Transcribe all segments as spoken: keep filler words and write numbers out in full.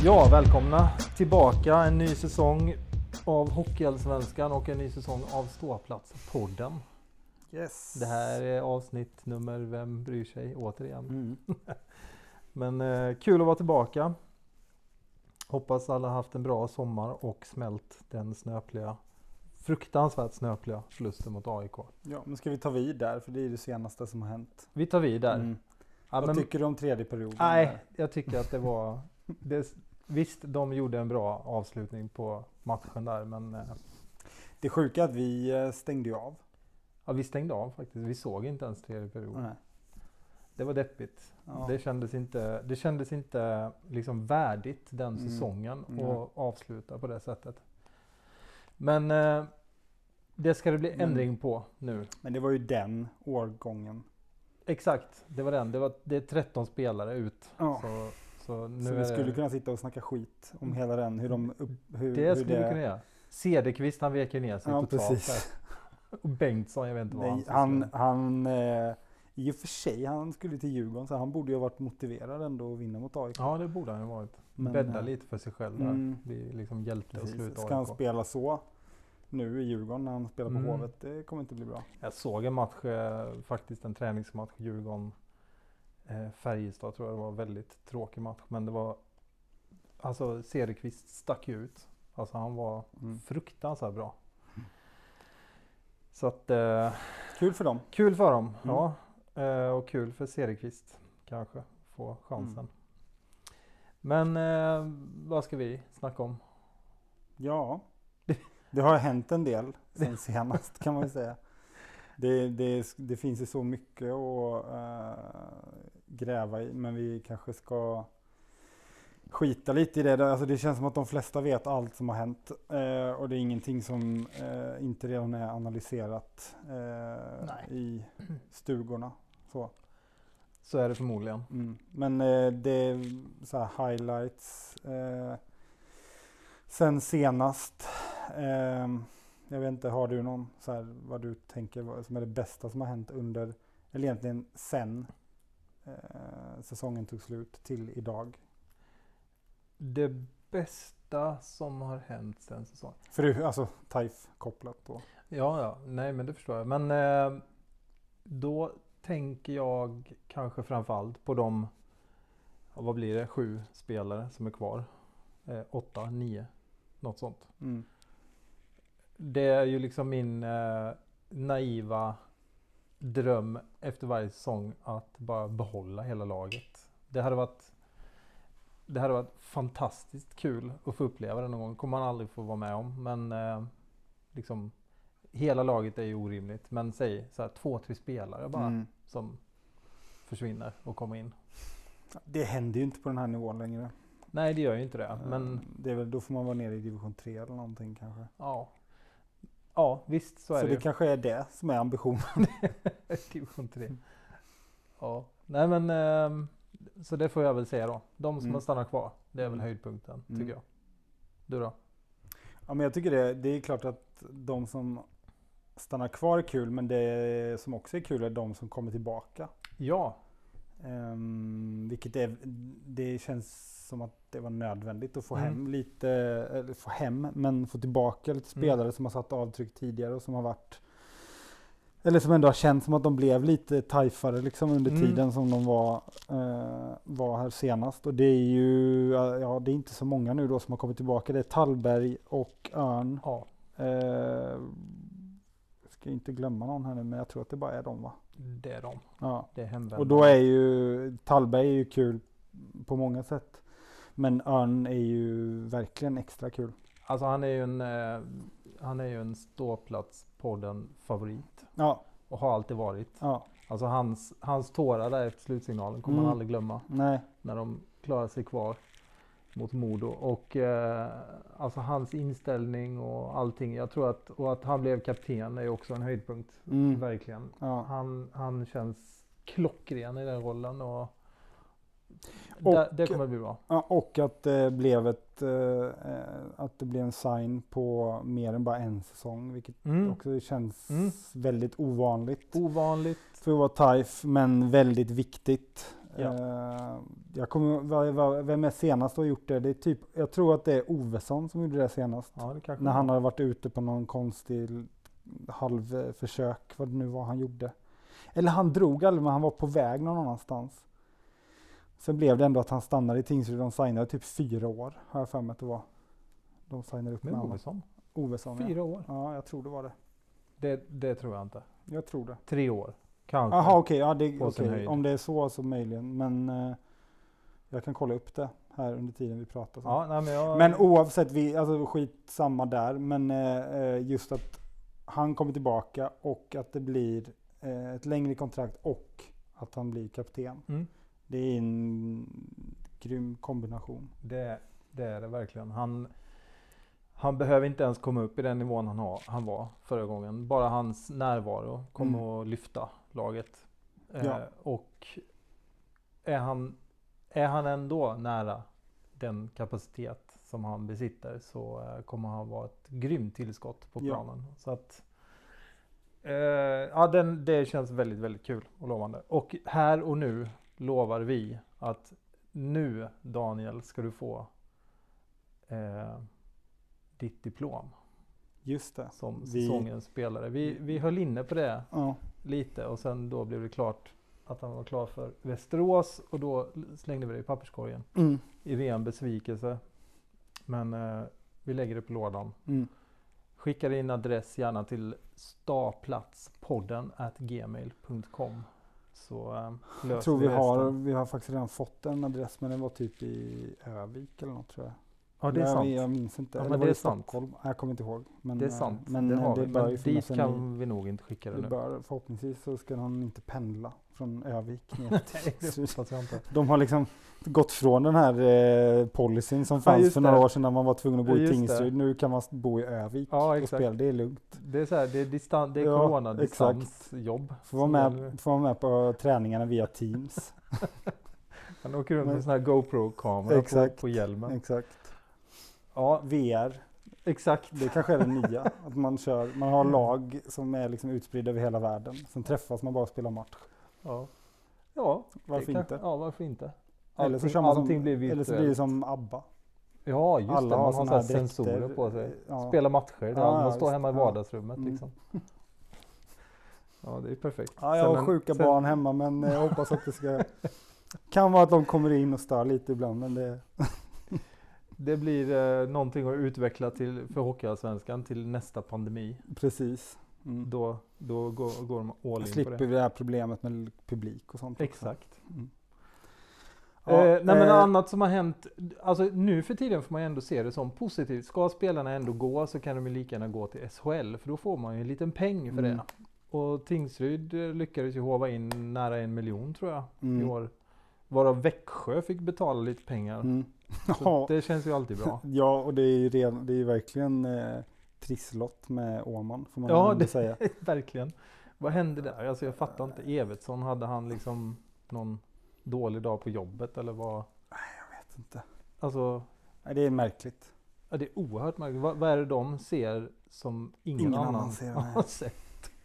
Ja, välkomna tillbaka. En ny säsong av Hockeyallsvenskan och en ny säsong av Ståplats-podden. Yes. Det här är avsnitt nummer Vem bryr sig återigen. Mm. Men eh, kul att vara tillbaka. Hoppas alla haft en bra sommar och smält den snöpliga, fruktansvärt snöpliga förlusten mot A I K. Ja, men ska vi ta vid där? För det är det senaste som har hänt. Vi tar vid där. Mm. Ja, Vad men, tycker du om tredje perioden? nej, där? jag tycker att det var... Det, visst, de gjorde en bra avslutning på matchen där, men... Eh, Det sjuka är att vi eh, stängde ju av. ja, vi stängde av faktiskt. Vi såg inte ens tredje perioden. Nej. Det var deppigt. Ja. Det kändes inte, det kändes inte liksom värdigt den Mm. säsongen Mm. att avsluta på det sättet. Men eh, det ska det bli Men- ändring på nu. Men det var ju den årgången. Exakt, det var den. Det, var, det är tretton spelare ut. Ja. Så, så nu Så är vi skulle det, kunna sitta och snacka skit om hela den. Hur de upp, hur, det hur skulle vi kunna göra. Cederqvist, han vek ju ner sig Ja, totalt. precis. Där. Och Bengtsson, jag vet inte vad Nej, han han, han eh, i och för sig, han skulle till Djurgården så han borde ju ha varit motiverad ändå att vinna mot A I K. Ja, det borde han ju varit. Men, Bädda eh, lite för sig själv där. mm. Bli liksom hjälte och Precis. sluta Ska han A I K. spela så nu i Djurgården när han spelar på Mm. Hovet? Det kommer inte bli bra. Jag såg en match, eh, faktiskt en träningsmatch, Djurgården eh, Färjestad tror jag det var, väldigt tråkig match. Men det var, alltså Cederqvist stack ju ut. Alltså han var Mm. fruktansvärt bra. Så att, eh, Kul för dem. kul för dem. Mm. Ja, eh, och kul för Cederqvist kanske få chansen. Mm. Men eh, vad ska vi snacka om? Ja, det har hänt en del sen senast kan man ju säga. Det, det, det finns ju så mycket att äh, gräva i, men vi kanske ska skita lite i det. Alltså det känns som att de flesta vet allt som har hänt äh, och det är ingenting som äh, inte redan är analyserat äh, Nej. i stugorna. Så. Så är det förmodligen. Mm. Men äh, det är så här highlights äh, sen senast. Äh, Jag vet inte, har du någon så här, vad du tänker vad som är det bästa som har hänt under, eller egentligen sen eh, säsongen tog slut till idag? Det bästa som har hänt sen säsongen. För du, alltså Taif kopplat då. Ja, ja, nej men det förstår jag. Men eh, då tänker jag kanske framförallt på de, ja, vad blir det, sju spelare som är kvar. Eh, åtta, nio, något sånt. Mm. Det är ju liksom min eh, naiva dröm efter varje säsong att bara behålla hela laget. Det hade varit, det hade varit fantastiskt kul att få uppleva det någon gång. Kommer man aldrig få vara med om. Men eh, liksom hela laget är ju orimligt. Men säg så här, två, tre spelare bara Mm. som försvinner och kommer in. Det händer ju inte på den här nivån längre. Nej, det gör ju inte det. Men Eh, det är väl, då får man vara nere i division tre eller någonting kanske. ja, ja visst så är Så det det ju. kanske är det som är ambitionen. Division tre. Ja, nej men ehm, så det får jag väl säga då. De som Mm. har stannat kvar, det är väl Mm. höjdpunkten tycker Mm. jag. Du då? Ja, men jag tycker det, det är klart att de som stannar kvar är kul, men det som också är kul är de som kommer tillbaka. Ja, Um, vilket är, det känns som att det var nödvändigt att få Mm. hem lite, eller få hem, men få tillbaka lite spelare som har satt avtryck tidigare och som har varit, eller som ändå har känt som att de blev lite tajfare liksom under Mm. tiden som de var, uh, var här senast. Och det är ju, ja det är inte så många nu då som har kommit tillbaka. Det är Tallberg och Örn. ja, Uh, jag ska inte glömma någon här nu, men jag tror att det bara är de va? det är de. Ja. Det är hemvända. Och då är ju Tallberg är ju kul på många sätt. Men Örn är ju verkligen extra kul. Alltså han är ju en, eh, han är ju en ståplats-podden favorit. Ja, Och har alltid varit. ja, Alltså hans, hans tårar där efter slutsignalen kommer Mm. man aldrig glömma. nej. När de klarar sig kvar mot Modo. Och eh, alltså hans inställning och allting. Jag tror att, och att han blev kapten är ju också en höjdpunkt. Mm. Verkligen. Ja. Han, han känns klockren i den rollen. Och, Och- det, det kommer bli bra. Ja, och att det blev ett eh, att det blev en sign på mer än bara en säsong. Vilket Mm. också känns Mm. väldigt ovanligt. Ovanligt. För att vara Taif, men väldigt viktigt. Ja. Eh, jag kommer, vad- vad- vem är senast har gjort det? Det är typ, jag tror att det är Ovesson som gjorde det senast. Ja, det kanske När var. han hade varit ute på någon konstig halvförsök, vad det nu var han gjorde. Eller han drog aldrig, men han var på väg någon annanstans. Sen blev det ändå att han stannade i Tingsryd. De signade typ fyra år, har jag för mig att det var. De signade upp med Med honom. Ovesson. Ovesson, ja. Fyra år. Ja, jag tror det var det. Det, det tror jag inte. Jag tror det. Tre år. Kanske. Jaha, okej. Ja, det, På sin okej. höjd. Om det är så så möjligen. Men eh, jag kan kolla upp det här under tiden vi pratar. sen. Ja, nej, men jag... Men oavsett, vi, alltså skit samma där. Men eh, just att han kommer tillbaka och att det blir eh, ett längre kontrakt och att han blir kapten. Mm. Det är en grym kombination. Det, det är det verkligen. Han, han behöver inte ens komma upp i den nivån han, har, han var förra gången. Bara hans närvaro kommer Mm. att lyfta laget. Ja. Eh, och är han, är han ändå nära den kapacitet som han besitter så eh, kommer han vara ett grymt tillskott på Ja. planen. Så att eh, ja, den, det känns väldigt, väldigt kul och lovande. Och här och nu lovar vi att nu, Daniel, ska du få eh, ditt diplom Just det. som Vi- säsongens spelare. Vi, vi höll inne på det Ja. lite och sen då blev det klart att han var klar för Västerås och då slängde vi det i papperskorgen. Mm. I ren besvikelse. Men eh, vi lägger det på lådan. Mm. Skickar in adress gärna till staplatspodden at gmail punkt com så eh, löser Jag tror vi resten. har, vi har faktiskt redan fått en adress, men den var typ i Övik eller något, tror jag. Ja, det är jag, sant. Jag minns inte. Ja, Eller men var det det är i sant. Stockholm? Nej, jag kommer inte ihåg. Men, Det är eh, sant. Men det har det vi. bör Men ju finnas dit en kan vi nog inte skicka det Det nu. bör, förhoppningsvis så ska han inte pendla från Övik ner Nej, det till hoppas jag inte. De har liksom gått från den här eh, policyn som Ja, fanns just för några det. år sedan när man var tvungen att bo Ja, i just det. Tingsryd. Nu kan man bo i Övik Ja, och exakt. spela. Det är lugnt. Det är så här, det är, distan- det är Ja, corona-distansjobb. Får vara, med, får vara med på träningarna via Teams. Han åker runt med Men- en sån här GoPro-kamera på, Exakt. på hjälmen. Exakt. Ja, V R. exakt. Det kanske är det nya. Att man kör, man har lag som är liksom utspridda över hela världen. Sen träffas man bara och spelar match. Ja, ja Varför det inte? Kan, ja, varför inte? Eller så, Allting, kör man allting som, blir virtuellt. eller så blir det som ABBA. Ja, just Alla det. har Man har såna så här här dräkter. sensorer på sig. Ja. Spela matcher. Det är Ja, allt. Man står visst. hemma i Ja. vardagsrummet Mm. liksom. Ja, det är perfekt. Ja, jag Sen har en- sjuka sen- barn hemma, men jag hoppas att det ska... Kan vara att de kommer in och stör lite ibland, men det... Det blir eh, någonting att utveckla till, för Hockeyallsvenskan till nästa pandemi. Precis. Mm. Då, då går, går de all in Slipper på vi det. det här problemet med publik och sånt också. Exakt. Mm. eh, Ja, nej men eh, annat som har hänt, alltså nu för tiden får man ändå se det som positivt. Ska spelarna ändå gå så kan de ju lika gärna gå till S H L för då får man ju en liten peng för Mm. det. Och Tingsryd eh, lyckades ju hova in nära en miljon tror jag i Mm. år. Varav Växjö fick betala lite pengar. Mm. Så Ja. det känns ju alltid bra. Ja, och det är ju, ren, det är ju verkligen eh, trisslott med Åman, får man Ja, ändå det- säga. Verkligen. Vad hände där? Alltså jag fattar inte. Evertsson, hade han liksom någon dålig dag på jobbet eller vad? Jag vet inte. Alltså, Nej, det är märkligt. ja, det är oerhört märkligt. Vad, vad är det de ser som ingen, Ingen annan, annan ser, har nej. sett?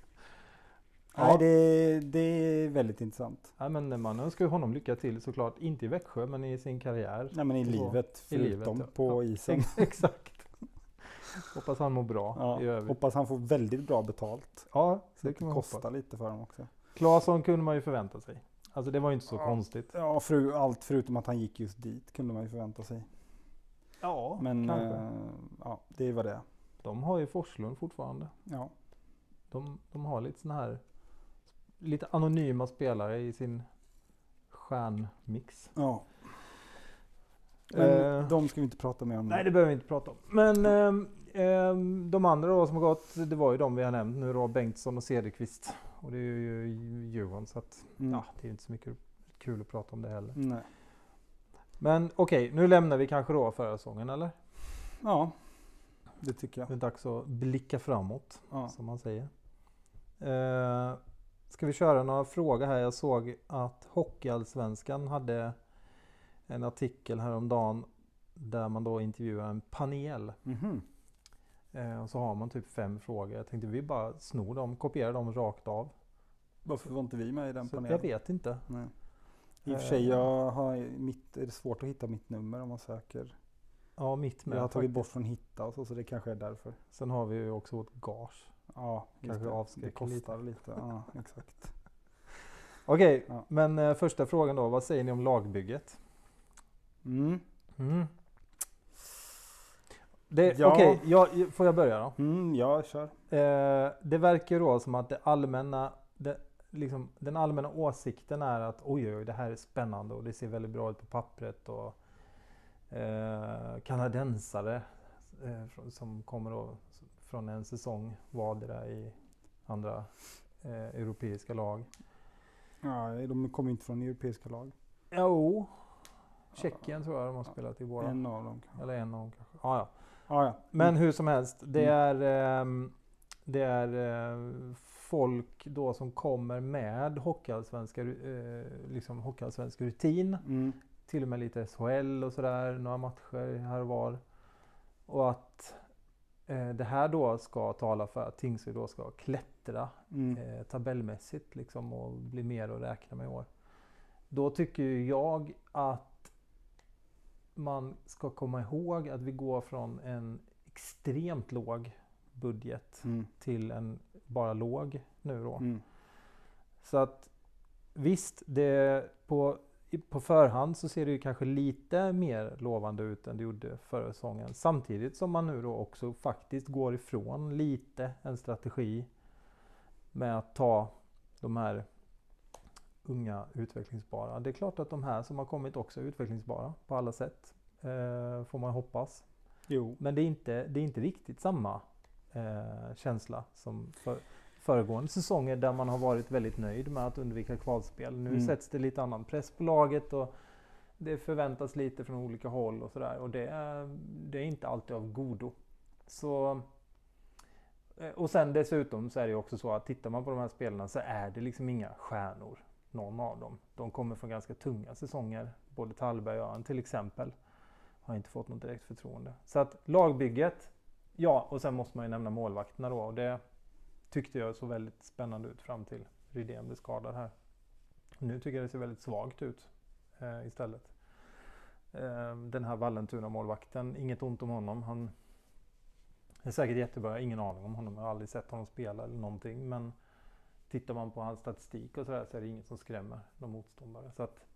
Nej, Ja. det, det är väldigt intressant. Nej, men man önskar ju honom lycka till såklart. Inte i Växjö, men i sin karriär. Nej, men i Så, livet, i livet, förutom ja. på Ja. isen. Exakt. Hoppas han mår bra Ja, i övrigt. hoppas han får väldigt bra betalt. Ja, Så det det kan man kostar hoppas. lite för dem också. Claesson kunde man ju förvänta sig. Alltså det var ju inte så Ja. konstigt. Ja, för, allt förutom att han gick just dit kunde man ju förvänta sig. Ja, Men kanske. eh, ja, det var det. De har ju Forslund fortfarande. Ja. De, de har lite såna här lite anonyma spelare i sin stjärnmix. ja. Men Eh, de ska vi inte prata mer om nu. Nej, det behöver vi inte prata om. Men ehm, ehm, de andra då som har gått, det var ju de vi har nämnt nu då, Bengtsson och Cederqvist. Och det är ju Djurgården så att Mm. ja, det är inte så mycket kul att prata om det heller. Nej. Men okej, nu lämnar vi kanske då förra säsongen eller? Ja, det tycker Det jag. är dags att blicka framåt, Ja. som man säger. Eh, ska vi köra några frågor här? Jag såg att Hockeyallsvenskan hade en artikel häromdagen där man då intervjuar en panel. Mhm. Eh, och så har man typ fem frågor. Jag tänkte vi bara snor dem, kopierar dem rakt av. Varför var inte vi med i den Så panelen? jag vet inte. Nej. I och för sig jag har mitt, är det svårt att hitta mitt nummer om man söker. Ja, mitt med. Jag har tagit faktiskt. bort från hitta och så, så det kanske är därför. Sen har vi ju också vårt gage. Ja, Kanske det. avskräcker Det kostar lite. lite. Ja, exakt. Okej, Ja. men eh, första frågan då. Vad säger ni om lagbygget? Mm. Mm. Det, Ja. Okej, jag, får jag börja då? Mm, ja, kör. Eh, det verkar ju då som att det allmänna, det, liksom, den allmänna åsikten är att oj, oj, oj, det här är spännande och det ser väldigt bra ut på pappret. Och eh, kanadensare eh, från- som kommer då från en säsong vardera i andra eh, europeiska lag. Ja, de kommer inte från europeiska lag. Jo, Tjeckien tror jag de har spelat i båda. En av dem kanske. Eller en av dem kanske. Ja, ja. Ja, ja. Men hur som helst, det Mm. är, ehm, det är eh, folk då som kommer med hockeyallsvenska, eh, liksom hockeyallsvensk rutin. Mm. Till och med lite S H L och sådär, några matcher här och var. Och att eh, det här då ska tala för att Tingsryd då ska klättra Mm. eh, tabellmässigt liksom och bli mer att räkna med i år. Då tycker ju jag att man ska komma ihåg att vi går från en extremt låg budget Mm. till en bara låg nu då. Mm. Så att visst, det på, på förhand så ser det ju kanske lite mer lovande ut än det gjorde förra säsongen. Samtidigt som man nu då också faktiskt går ifrån lite en strategi med att ta de här unga utvecklingsbara. Det är klart att de här som har kommit också är utvecklingsbara på alla sätt. Eh, får man hoppas. Jo. Men det är inte, det är inte riktigt samma eh, känsla som för, föregående säsonger där man har varit väldigt nöjd med att undvika kvalspel. Nu Mm. sätts det lite annan press på laget och det förväntas lite från olika håll och sådär. Och det är, det är inte alltid av godo. Så, eh, och sen dessutom så är det också så att tittar man på de här spelarna så är det liksom inga stjärnor. Någon av dem. De kommer från ganska tunga säsonger. Både Tallberg och Örn till exempel. Har inte fått något direkt förtroende. Så att lagbygget. Ja, och sen måste man ju nämna målvakterna då. Och det tyckte jag så väldigt spännande ut fram till Rydén blev skadad här. Nu tycker jag det ser väldigt svagt ut eh, istället. Eh, den här Vallentuna målvakten. Inget ont om honom. Han är säkert jättebra. Jag har ingen aning om honom. Jag har aldrig sett honom spela eller någonting. Men tittar man på hans statistik och sådär så är det inget som skrämmer de motståndare. Så att,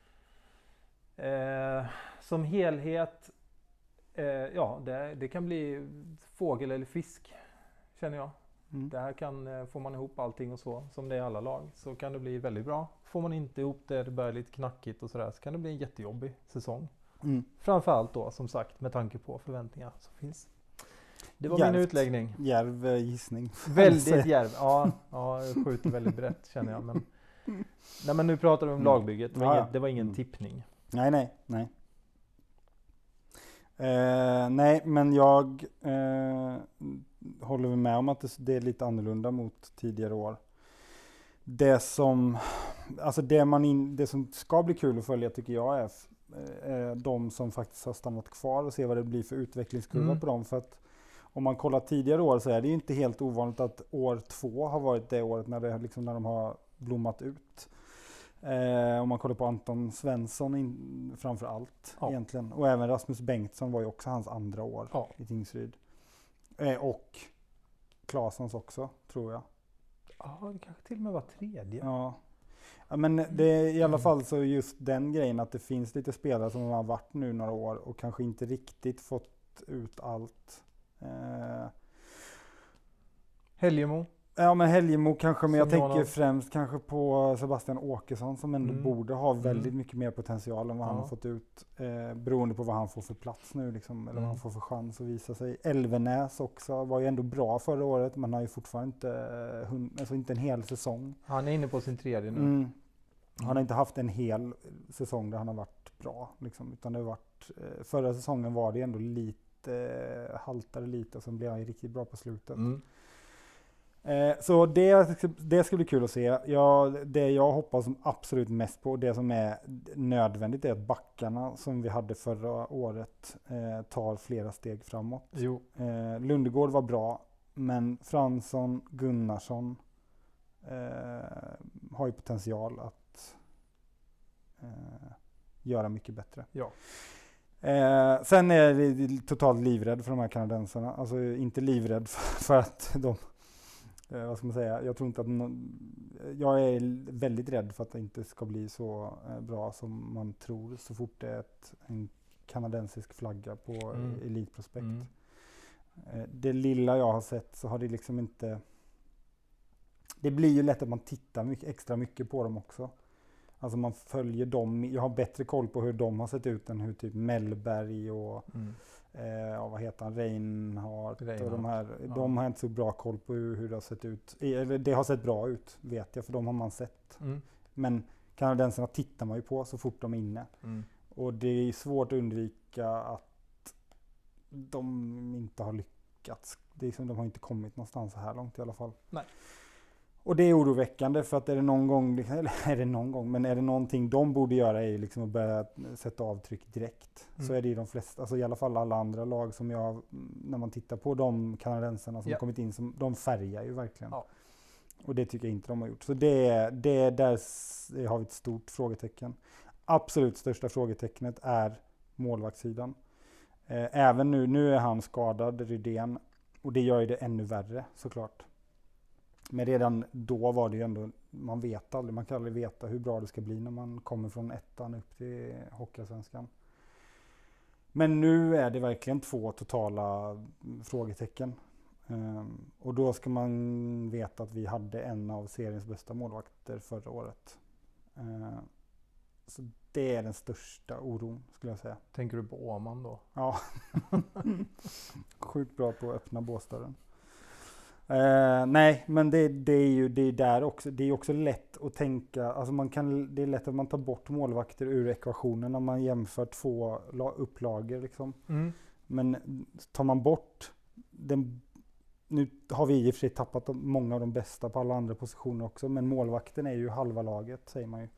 eh, som helhet, eh, ja det, det kan bli fågel eller fisk känner jag. Mm. Det här kan, eh, får man ihop allting och så som det är i alla lag så kan det bli väldigt bra. Får man inte ihop det, det börjar lite knackigt och sådär så kan det bli en jättejobbig säsong. Mm. Framförallt då som sagt med tanke på förväntningar som finns. Det var Djärvt. min utläggning. Djärv eh, gissning. Väldigt djärv. Ja, ja, jag skjuter väldigt brett känner jag. Men, nej, men nu pratar vi om Mm. lagbygget. Det var, Ja, ingen, ja. det var ingen Mm. tippning. Nej, nej, nej. Eh, nej, men jag eh, håller med om att det, det är lite annorlunda mot tidigare år. Det som, alltså det, man in, det som ska bli kul att följa tycker jag är f- eh, de som faktiskt har stannat kvar och se vad det blir för utvecklingskurva Mm. på dem. För att om man kollar tidigare år så är det ju inte helt ovanligt att år två har varit det året när, det, liksom, när de har blommat ut. Eh, om man kollar på Anton Svensson in, framför allt Ja. egentligen. Och även Rasmus Bengtsson var ju också hans andra år Ja. i Tingsryd. Eh, och Claessons också, tror jag. Ja, det kanske till och med var tredje. Ja. Ja, men det är i alla fall så just den grejen att det finns lite spelare som har varit nu några år och kanske inte riktigt fått ut allt. Eh, Helgemo. ja men Helgemo kanske, men jag Som tänker Jan- främst kanske på Sebastian Åkesson som ändå Mm. borde ha väldigt Mm. mycket mer potential än vad han Ja. har fått ut. Eh, beroende på vad han får för plats nu liksom, eller Mm. vad han får för chans att visa sig. Elvenäs också var ju ändå bra förra året men har ju fortfarande inte, eh, hund, alltså inte en hel säsong. Han är inne på sin tredje nu. Mm. Han har inte haft en hel säsong där han har varit bra. Liksom, utan det har varit, eh, förra säsongen var det ändå lite, eh, haltade lite och sen blev han ju riktigt bra på slutet. Mm. Eh, så det, det ska bli kul att se. Jag, det jag hoppas som absolut mest på, det som är nödvändigt är att backarna som vi hade förra året eh, tar flera steg framåt. Jo. Eh, Lundegård var bra, men Fransson, Gunnarsson eh, har ju potential att, göra mycket bättre. Ja. Eh, sen är jag totalt livrädd för de här kanadensarna. Alltså inte livrädd för, för att de, eh, vad ska man säga, jag tror inte att någon, jag är väldigt rädd för att det inte ska bli så eh, bra som man tror så fort det är ett, en kanadensisk flagga på mm. elitprospekt. Mm. Eh, det lilla jag har sett så har det liksom inte, det blir ju lätt att man tittar mycket, extra mycket på dem också. Alltså man följer dem, jag har bättre koll på hur de har sett ut än hur typ Mellberg och mm. eh, vad heter han, Reinhardt, Reinhardt. och de här, ja. de har inte så bra koll på hur, hur det har sett ut. Eller det har sett bra ut vet jag, för de har man sett. Mm. Men kanadensarna tittar man ju på så fort de är inne. Mm. Och det är svårt att undvika att de inte har lyckats. Det är som de har inte kommit någonstans så här långt i alla fall. Nej. Och det är oroväckande för att är det någon gång, eller är det någon gång, men är det någonting de borde göra är liksom att börja sätta avtryck direkt. Mm. Så är det ju de flesta, alltså i alla fall alla andra lag som jag, när man tittar på de kanadensarna som ja. har kommit in, som, de färgar ju verkligen. Ja. Och det tycker jag inte de har gjort. Så det, det där har vi ett stort frågetecken. Absolut största frågetecknet är målvaktssidan. Eh, även nu, nu är han skadad, Rydén, och det gör ju det ännu värre såklart. Men redan då var det ju ändå, man vet aldrig, man kan aldrig veta hur bra det ska bli när man kommer från ettan upp till Hockeyallsvenskan. Men nu är det verkligen två totala frågetecken. Um, och då ska man veta att vi hade en av seriens bästa målvakter förra året. Uh, så det är den största oron skulle jag säga. Tänker du på Åman då? Ja. Sjukt bra på att öppna båsdörren. Uh, nej, men det, det är ju det är där också. Det är också lätt att tänka, alltså man kan, det är lätt att man tar bort målvakter ur ekvationen när man jämför två upplagor liksom. Mm. Men tar man bort den, nu har vi i och för sig tappat många av de bästa på alla andra positioner också, men målvakten är ju halva laget säger man ju.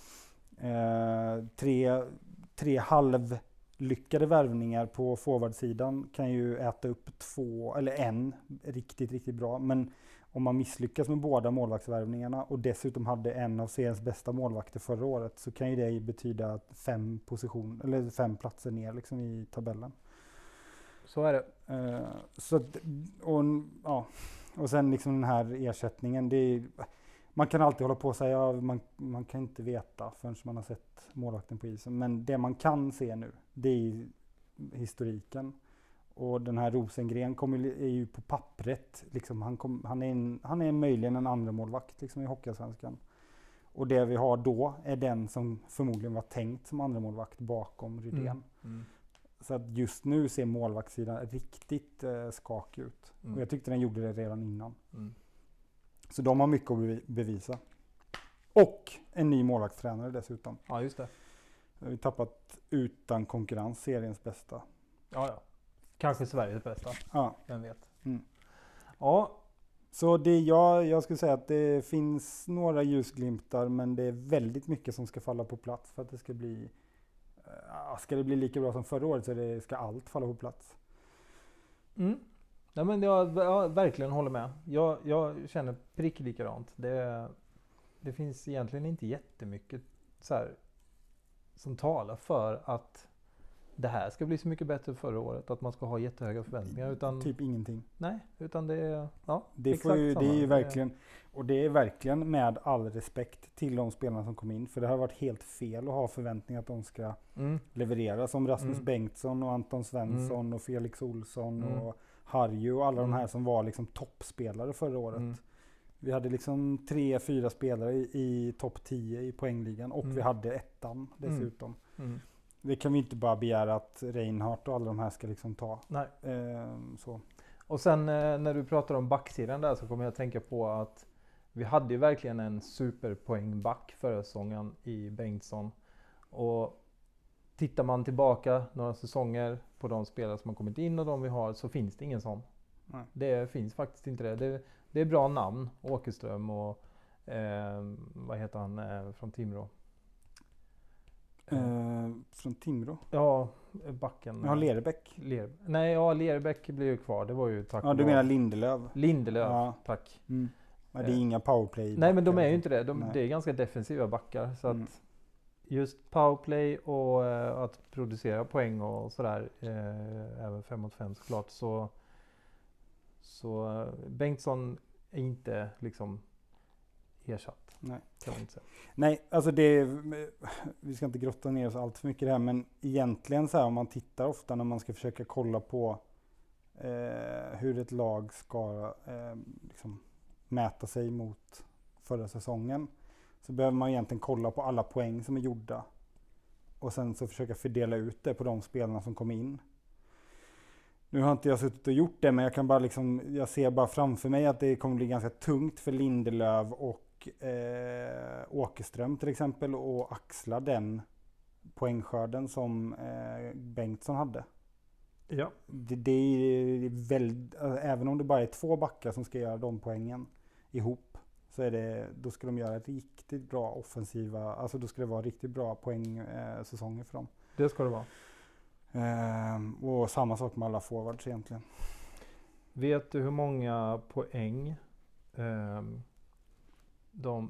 Uh, tre, tre halv lyckade värvningar på forwardsidan kan ju äta upp två eller en riktigt, riktigt bra. Men om man misslyckas med båda målvaktsvärvningarna och dessutom hade en av seriens bästa målvakter förra året så kan ju det betyda fem position eller fem platser ner liksom i tabellen. Så är det. Uh, så att, och, ja. och sen liksom den här ersättningen. Det är, man kan alltid hålla på och säga att man, man kan inte veta förrän man har sett målvakten på isen. Men det man kan se nu, det är historiken. Och den här Rosengren kommer, är ju på pappret. Liksom, han, kom, han, är en, han är möjligen en andra målvakt liksom, i Hockeyallsvenskan. Och det vi har då är den som förmodligen var tänkt som andra målvakt bakom Rydén. Mm. Mm. Så att just nu ser målvaktssidan riktigt eh, skakig ut. Mm. Och jag tyckte den gjorde det redan innan. Mm. Så de har mycket att bevisa. Och en ny målvaktstränare dessutom. Ja, just det. Vi har tappat utan konkurrens seriens bästa. Ja, ja. Kanske Sveriges bästa. Ja. Vem vet. Mm. Ja. Så det jag, jag skulle säga att det finns några ljusglimtar, men det är väldigt mycket som ska falla på plats för att det ska bli äh, ska det bli lika bra som förra året så det ska allt falla på plats. Mm. Ja, men jag, jag verkligen håller med. Jag, jag känner prick likadant. Det, det finns egentligen inte jättemycket så här, som talar för att det här ska bli så mycket bättre förra året. Att man ska ha jättehöga förväntningar. Utan, typ ingenting. Nej, utan det är ja, det, får ju, det är ju verkligen, och det är verkligen med all respekt till de spelarna som kom in. För det har varit helt fel att ha förväntningar att de ska mm. leverera. Som Rasmus mm. Bengtsson och Anton Svensson mm. och Felix Olsson mm. och Harju och alla mm. de här som var liksom toppspelare förra året. Mm. Vi hade liksom tre, fyra spelare i, i topp tio i poängligan och mm. vi hade ettan dessutom. Mm. Mm. Det kan vi inte bara begära att Reinhardt och alla de här ska liksom ta. Nej. Eh, så. Och sen eh, när du pratar om backsidan där så kommer jag att tänka på att vi hade ju verkligen en superpoängback förra säsongen i Bengtsson. Och tittar man tillbaka några säsonger på de spelare som har kommit in och de vi har så finns det ingen sån. Nej. Det finns faktiskt inte det. Det, det är bra namn. Åkerström och eh, vad heter han eh, från Timrå? Eh, från Timrå? Ja, backen. Ja, Lerbäck. Ler, nej, ja, Lerbäck blir ju kvar. Det var ju tack. Ja, du menar Lindelöf? Lindelöf, ja. Tack. Mm. Men det är inga powerplay. Nej, men de är ju inte det. De, det är ganska defensiva backar. Så mm. att just powerplay och eh, att producera poäng och sådär, eh, även fem mot fem såklart, så, så eh, Bengtsson är inte liksom ersatt. Nej. Kan man inte säga. Nej, alltså det, vi ska inte grotta ner oss allt för mycket i det här, men egentligen så här, om man tittar ofta när man ska försöka kolla på eh, hur ett lag ska eh, liksom mäta sig mot förra säsongen, så behöver man egentligen kolla på alla poäng som är gjorda och sen så försöka fördela ut det på de spelarna som kommer in. Nu har inte jag suttit och gjort det, men jag kan bara liksom, jag ser bara framför mig att det kommer bli ganska tungt för Lindelöf och eh, Åkerström till exempel och axla den poängskörden som eh, Bengtsson hade. Ja. Det, det är väldigt, även om det bara är två backar som ska göra de poängen ihop, så är det, då ska de göra riktigt bra offensiva, alltså då ska det vara riktigt bra poängsäsonger eh, för dem. Det ska det vara. Eh, och samma sak med alla forwards egentligen. Vet du hur många poäng eh, de...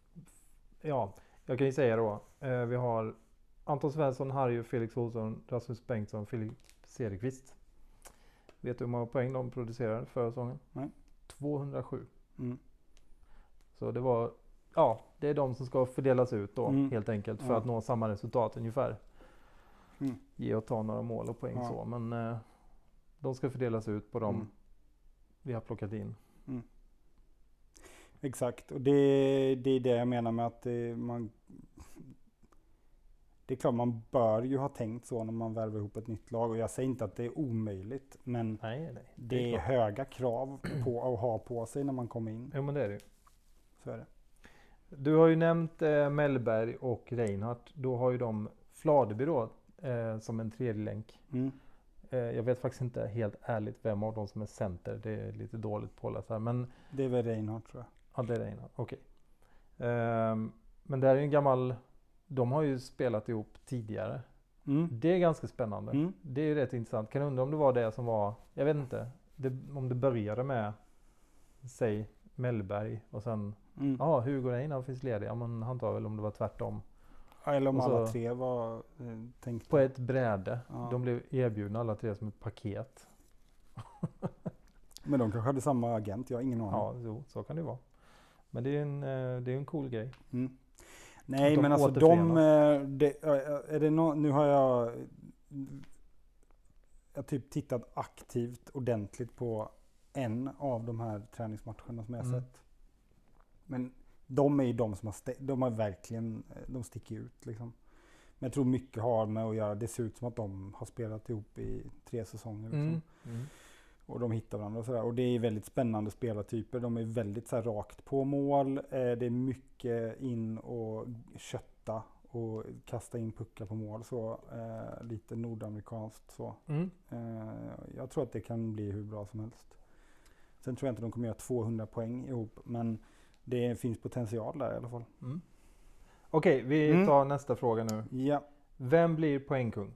Ja, jag kan ju säga då. Eh, vi har Anton Svensson, Harry, Felix Olsson, Rasmus Bengtsson, Filip Cederqvist. Vet du hur många poäng de producerade förra säsongen? Nej. tvåhundrasju. Mm. Så det var... Ja, det är de som ska fördelas ut då, Mm. helt enkelt, för Ja. att nå samma resultat ungefär. Mm. Ge och ta några mål och poäng Ja. så. Men eh, de ska fördelas ut på dem Mm. vi har plockat in. Mm. Exakt, och det, det är det jag menar med att det, man, det är klart man bör ju ha tänkt så när man värvar ihop ett nytt lag, och jag säger inte att det är omöjligt, men Nej, nej. det är klart. höga krav på att ha på sig när man kommer in. Jo, men det är det ju. Så är det. Du har ju nämnt eh, Mellberg och Reinhardt. Då har ju de Fladeby då eh, som en tredje länk. Mm. Eh, jag vet faktiskt inte helt ärligt vem av dem som är center. Det är lite dåligt påläst här. Men Det är väl Reinhardt, tror jag. ja, det är Reinhardt. Okej. Ehm, men det här är ju en gammal... De har ju spelat ihop tidigare. Mm. Det är ganska spännande. Mm. Det är ju rätt intressant. Kan undra om det var det som var... Jag vet inte. Det, om det började med, säg, Mellberg och sen... Mm. Ja, Hugo Reinhardt finns ledig. Ja, men han tar väl om det var tvärtom. Eller om Och så- alla tre var eh, tänkta. På ett bräde. Ja. De blev erbjudna alla tre som ett paket. Men de kanske hade samma agent, jag har ingen aning. Ja, jo, så kan det vara. Men det är en, eh, det är en cool grej. Mm. Nej, De men alltså de... återförenas. eh, Det, är det no, nu har jag... Jag har typ tittat aktivt ordentligt på en av de här träningsmatcherna som jag har Mm. sett. Men de är ju de som har, stä- de har verkligen, de sticker ut liksom. Men jag tror mycket har med att göra, det ser ut som att de har spelat ihop i tre säsonger liksom. Mm. Mm. Och de hittar varandra och sådär. Och det är väldigt spännande spelartyper. De är väldigt så här, rakt på mål. Eh, det är mycket in och kötta och kasta in puckar på mål. Så, eh, lite nordamerikanskt så. Mm. Eh, jag tror att det kan bli hur bra som helst. Sen tror jag inte de kommer göra tvåhundra poäng ihop. Men det finns potential där i alla fall. Mm. Okej, vi Mm. tar nästa fråga nu. Ja. Vem blir poängkung?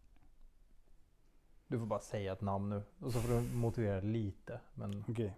Du får bara säga ett namn nu. Och så får du motivera lite. Men... Okej.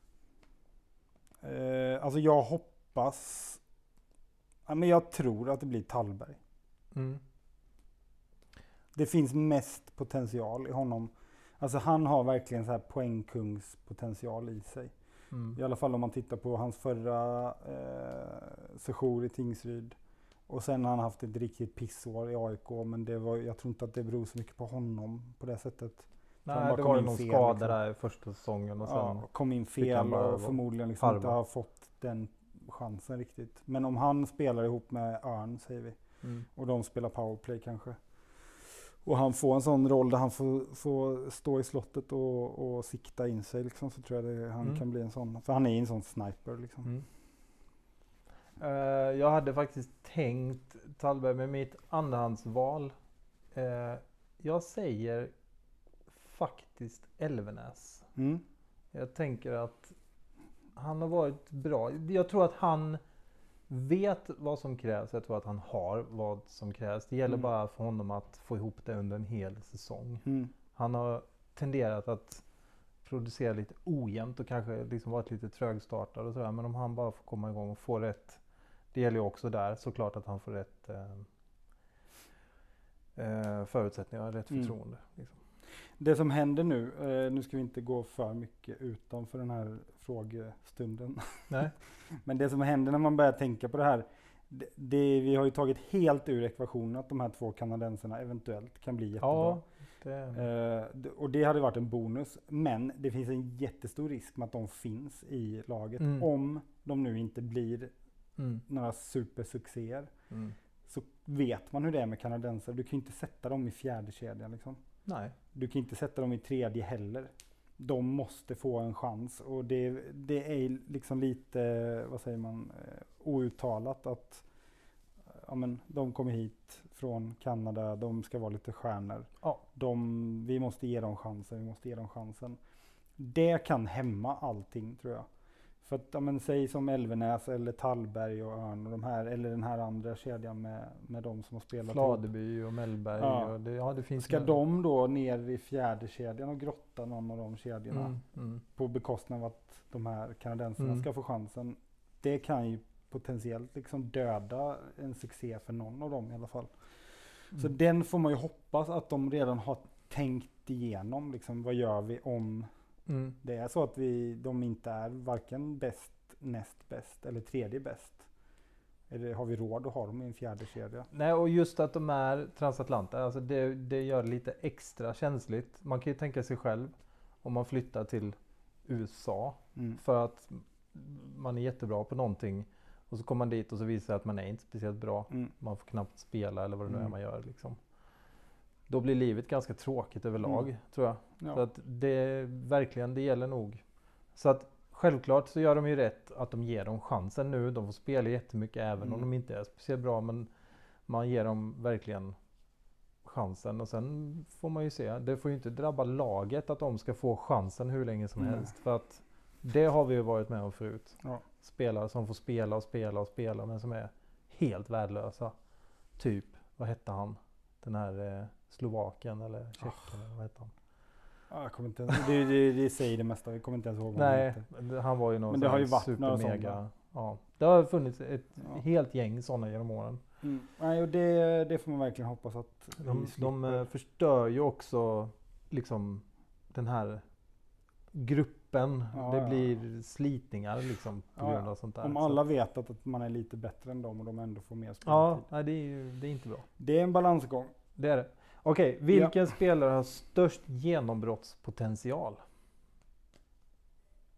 Eh, alltså jag hoppas... Ja, men jag tror att det blir Tallberg. Mm. Det finns mest potential i honom. Alltså han har verkligen så här poängkungspotential i sig. Mm. I alla fall om man tittar på hans förra eh, session i Tingsryd. Och sen har han haft ett riktigt pissår i A I K. Men det var, jag tror inte att det beror så mycket på honom på det sättet. Han bara Nej, det kom var ju in någon fel, skada liksom. där i första säsongen. Och sen... Ja, kom in fick han fel bara och förmodligen liksom inte harva. har fått den chansen riktigt. Men om han spelar ihop med Örn, säger vi. Mm. Och de spelar powerplay kanske. Och han får en sån roll där han får, får stå i slottet och, och sikta in sig liksom, så tror jag det, han Mm. kan bli en sån. För han är en sån sniper liksom. Mm. Eh, jag hade faktiskt tänkt Tallberg med mitt andrahandsval. Uh, jag säger faktiskt Elvenäs. Mm. Jag tänker att han har varit bra. Jag tror att han vet vad som krävs. Jag tror att han har vad som krävs. Det gäller Mm. bara för honom att få ihop det under en hel säsong. Mm. Han har tenderat att producera lite ojämnt och kanske liksom varit lite trögstartad och sådär. Men om han bara får komma igång och få rätt. Det gäller ju också där såklart att han får rätt eh, eh, förutsättningar, rätt Mm. förtroende. Liksom. Det som händer nu, eh, nu ska vi inte gå för mycket utanför den här frågestunden. Nej. Men det som händer när man börjar tänka på det här, det, det, vi har ju tagit helt ur ekvationen att de här två kanadenserna eventuellt kan bli jättebra. Ja, det, Eh, d- och det hade varit en bonus. Men det finns en jättestor risk med att de finns i laget. Mm. Om de nu inte blir mm, några supersuccéer. mm. Så vet man hur det är med kanadensare. Du kan ju inte sätta dem i fjärde kedjan liksom. Nej. Du kan inte sätta dem i tredje heller. De måste få en chans. Och det, det är liksom lite, vad säger man, eh, outtalat att ja, men, de kommer hit från Kanada, de ska vara lite stjärnor. Ja. De, vi måste ge dem chansen, vi måste ge dem chansen. Det kan hämma allting tror jag. För att, ja, men, säg som Elvenäs eller Tallberg och Örn och de här, eller den här andra kedjan med, med de som har spelat. Fladeby och Mellberg. Ja. Och det, ja, det finns Ska en- de då ner i fjärde kedjan och grotta någon av de kedjorna Mm, mm. på bekostnad av att de här kanadensarna Mm. ska få chansen? Det kan ju potentiellt liksom döda en succé för någon av dem i alla fall. Så Mm. den får man ju hoppas att de redan har tänkt igenom. Liksom, vad gör vi om Mm. det är så att vi, de inte är varken bäst, näst bäst eller tredje bäst? Eller har vi råd att ha dem i en fjärde kedja? Nej, och just att de är transatlanter, alltså det, det gör det lite extra känsligt. Man kan ju tänka sig själv om man flyttar till U S A Mm. för att man är jättebra på någonting och så kommer man dit och så visar det sig att man är inte speciellt bra. Mm. Man får knappt spela eller vad det nu är Mm. man gör. Liksom. Då blir livet ganska tråkigt överlag, Mm. tror jag. Ja. Så att det verkligen, det gäller nog. Så att självklart så gör de ju rätt att de ger dem chansen nu. De får spela jättemycket även Mm. om de inte är speciellt bra. Men man ger dem verkligen chansen. Och sen får man ju se, det får ju inte drabba laget att de ska få chansen hur länge som Nej. helst. För att det har vi ju varit med om förut. Ja. Spelare som får spela och spela och spela men som är helt värdelösa. Typ, vad hette han? Den här eh, Slovaken eller Tjecken, eller vad hette han? Ja, jag kommer inte ens, det, det, det säger det mesta, vi kommer inte ens ihåg vad han Nej, heter. men det- han var ju någon Men det sån har ju här varit några supermega. sådana. Ja, det har funnits ett Ja. helt gäng sådana genom åren. Mm. Nej, och det, det får man verkligen hoppas att vi De, de slipper. eh, förstör ju också liksom den här gruppen. Ja, det ja. blir slitningar liksom på Ja, grund ja. av sånt där. Om Så- alla vet att, att man är lite bättre än dem och de ändå får mer Ja, speltid. nej, det är ju det är inte bra. Det är en balansgång. Det är det. Okej, vilken spelare har störst genombrottspotential? Alltså,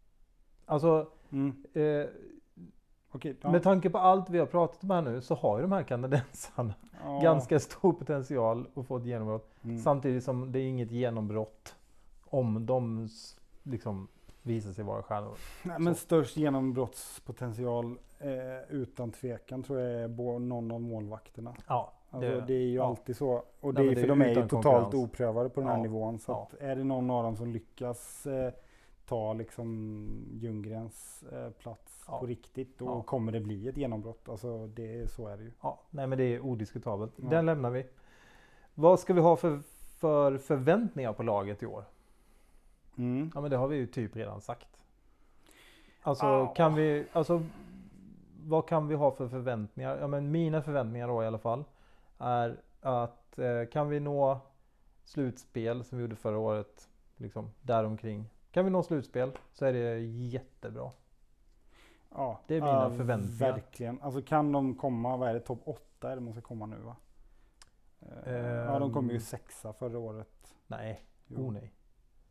Mm. eh, Okej, ja. med tanke på allt vi har pratat om här nu så har ju de här kanadensarna Ja. ganska stor potential att få ett genombrott. Mm. Samtidigt som det är inget genombrott om de s- liksom visar sig vara stjärnor. Nej, men så. störst genombrottspotential eh, utan tvekan tror jag är bo- någon av målvakterna. Ja, Alltså, det, är ju ja. alltid så. Och Nej, det men är det för är de är ju utan totalt konkurrens. oprövade på den här Ja, nivån. Så ja. att är det någon av dem som lyckas eh, ta liksom Ljunggrens eh, plats Ja. på riktigt, då Ja. kommer det bli ett genombrott. Alltså det, så är det ju. Ja, nej men det är odiskutabelt. Ja. Den lämnar vi. Vad ska vi ha för, för förväntningar på laget i år? Mm. Ja men det har vi ju typ redan sagt. Alltså Ja. kan vi, alltså vad kan vi ha för förväntningar? Ja men mina förväntningar då i alla fall är att eh, kan vi nå slutspel som vi gjorde förra året, liksom däromkring. Kan vi nå slutspel så är det jättebra. Ja, Det är mina ja, förväntningar. Verkligen. Alltså kan de komma, vad är det, topp åtta är det de ska komma nu va? Eh, ja, de kom ju Ehm. sexa förra året. Nej, Jo. oh nej.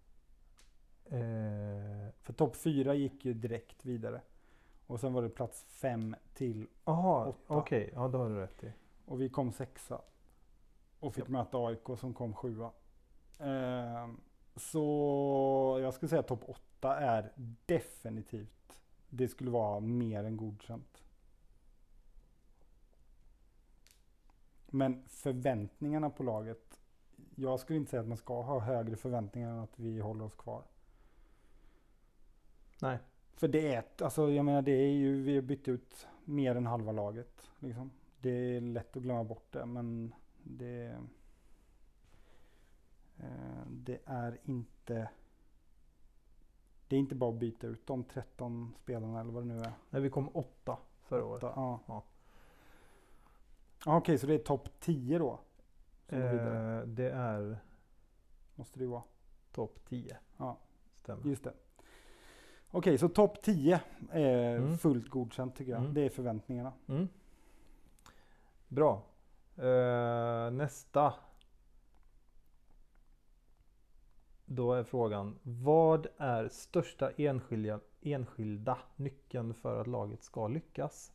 Eh, För topp fyra gick ju direkt vidare. Och sen var det plats fem till Jaha, Åtta. okej. Ja, då har du rätt i. och vi kom sexa. Och fick Japp. möta A I K som kom sjua. Ehm, så jag skulle säga att topp åtta är definitivt. Det skulle vara mer än godkänt. Men förväntningarna på laget. Jag skulle inte säga att man ska ha högre förväntningar än att vi håller oss kvar. Nej. För det är, ett- alltså jag menar det är ju, vi har bytt ut mer än halva laget. Liksom. Det är lätt att glömma bort det, men det, eh, det är inte, det är inte bara att byta ut de tretton spelarna eller vad det nu är. Nej, vi kom åtta förra året. Åtta, ja. Ja. Ja, okej, så det är topp tio då. som går vidare? Eh, det är Måste det ju vara. topp tio. Ja, Stämmer. just det. Okej, så topp tio är Mm. fullt godkänt tycker jag. Mm. Det är förväntningarna. Mm. Bra. Eh, nästa. Då är frågan, vad är största enskilda, enskilda nyckeln för att laget ska lyckas?